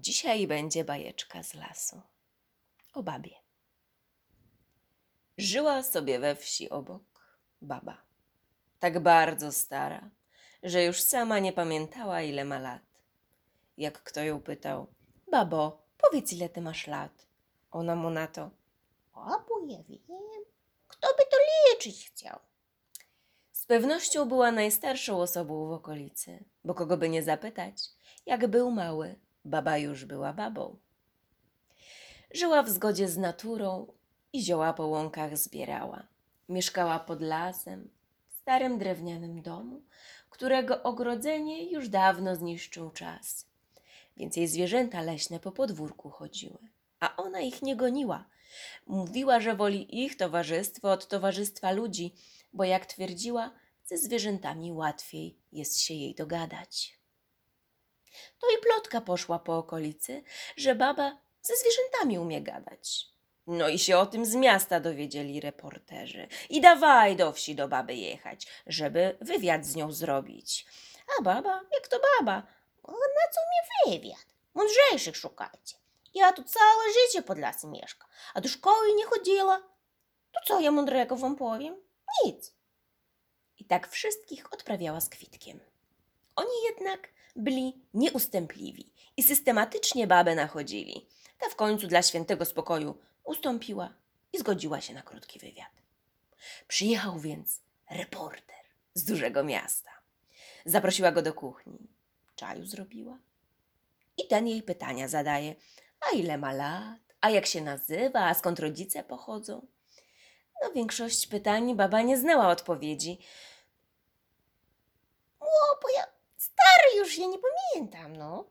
Dzisiaj będzie bajeczka z lasu o babie. Żyła sobie we wsi obok baba, tak bardzo stara, że już sama nie pamiętała, ile ma lat. Jak kto ją pytał: babo, powiedz, ile ty masz lat? Ona mu na to: Babo, ja wiem. Kto by to liczyć chciał? z pewnością była najstarszą osobą w okolicy, bo kogo by nie zapytać, jak był mały, baba już była babą. Żyła w zgodzie z naturą i zioła po łąkach zbierała. Mieszkała pod lasem, w starym drewnianym domu, którego ogrodzenie już dawno zniszczył czas. Więc jej zwierzęta leśne po podwórku chodziły, a ona ich nie goniła. Mówiła, że woli ich towarzystwo od towarzystwa ludzi, bo jak twierdziła, ze zwierzętami łatwiej jest się jej dogadać. To i plotka poszła po okolicy, że baba ze zwierzętami umie gadać. No i się o tym z miasta dowiedzieli reporterzy. I dawaj do wsi do baby jechać, żeby wywiad z nią zrobić. A baba, jak to baba? Na co mi wywiad? Mądrzejszych szukajcie. Ja tu całe życie pod lasem mieszkam, a do szkoły nie chodziła. To co ja mądrego wam powiem? Nic. I tak wszystkich odprawiała z kwitkiem. Oni jednak byli nieustępliwi i systematycznie babę nachodzili. Ta w końcu dla świętego spokoju ustąpiła i zgodziła się na krótki wywiad. Przyjechał więc reporter z dużego miasta. Zaprosiła go do kuchni. Czaju zrobiła. I ten jej pytania zadaje. A ile ma lat? A jak się nazywa? A skąd rodzice pochodzą? Na większość pytań baba nie znała odpowiedzi. Bo ja stary już, ja nie pamiętam, no.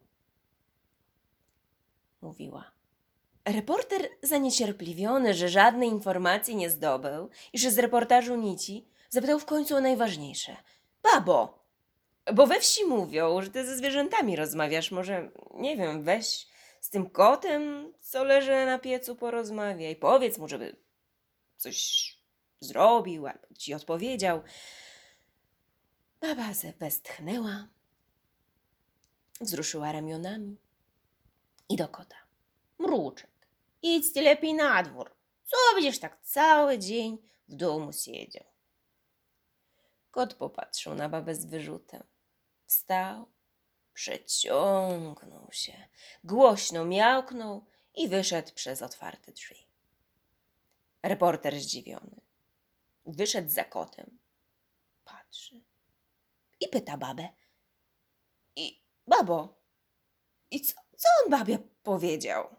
Mówiła. Reporter zaniecierpliwiony, że żadnej informacji nie zdobył i że z reportażu nici, zapytał w końcu o najważniejsze. Babo, bo we wsi mówią, że ty ze zwierzętami rozmawiasz, może, nie wiem, weź z tym kotem, co leży na piecu, porozmawiaj. Powiedz mu, żeby coś zrobił albo ci odpowiedział. Baba westchnęła, wzruszyła ramionami i do kota. Mruczek, idźcie lepiej na dwór. Co będziesz tak cały dzień w domu siedział? Kot popatrzył na babę z wyrzutem. Wstał, przeciągnął się, głośno miałknął i wyszedł przez otwarte drzwi. Reporter zdziwiony wyszedł za kotem, patrzy i pyta babę. I babo, i co on babie powiedział?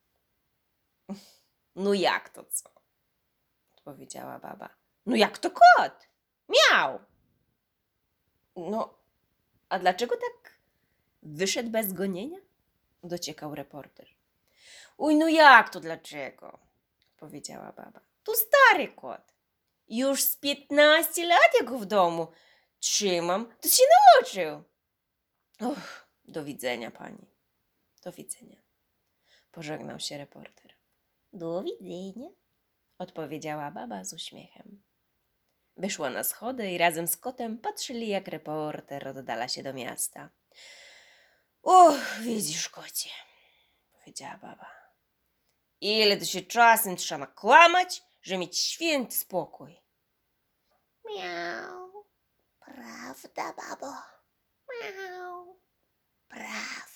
No jak to co? Odpowiedziała baba. No jak to kot? Miał. No, a dlaczego tak wyszedł bez gonienia? Dociekał reporter. Uj, no jak to dlaczego? Powiedziała baba. To stary kot. Już z 15 lat jak go w domu trzymam, to się nauczył. Och, do widzenia pani. Do widzenia. Pożegnał się reporter. Do widzenia. Odpowiedziała baba z uśmiechem. Wyszła na schody i razem z kotem patrzyli, jak reporter oddala się do miasta. Widzisz, kocie, powiedziała baba. Ile to się czasem trzeba nakłamać, żeby mieć święty spokój. Miau. Prawda, babo? Miau. Prawda.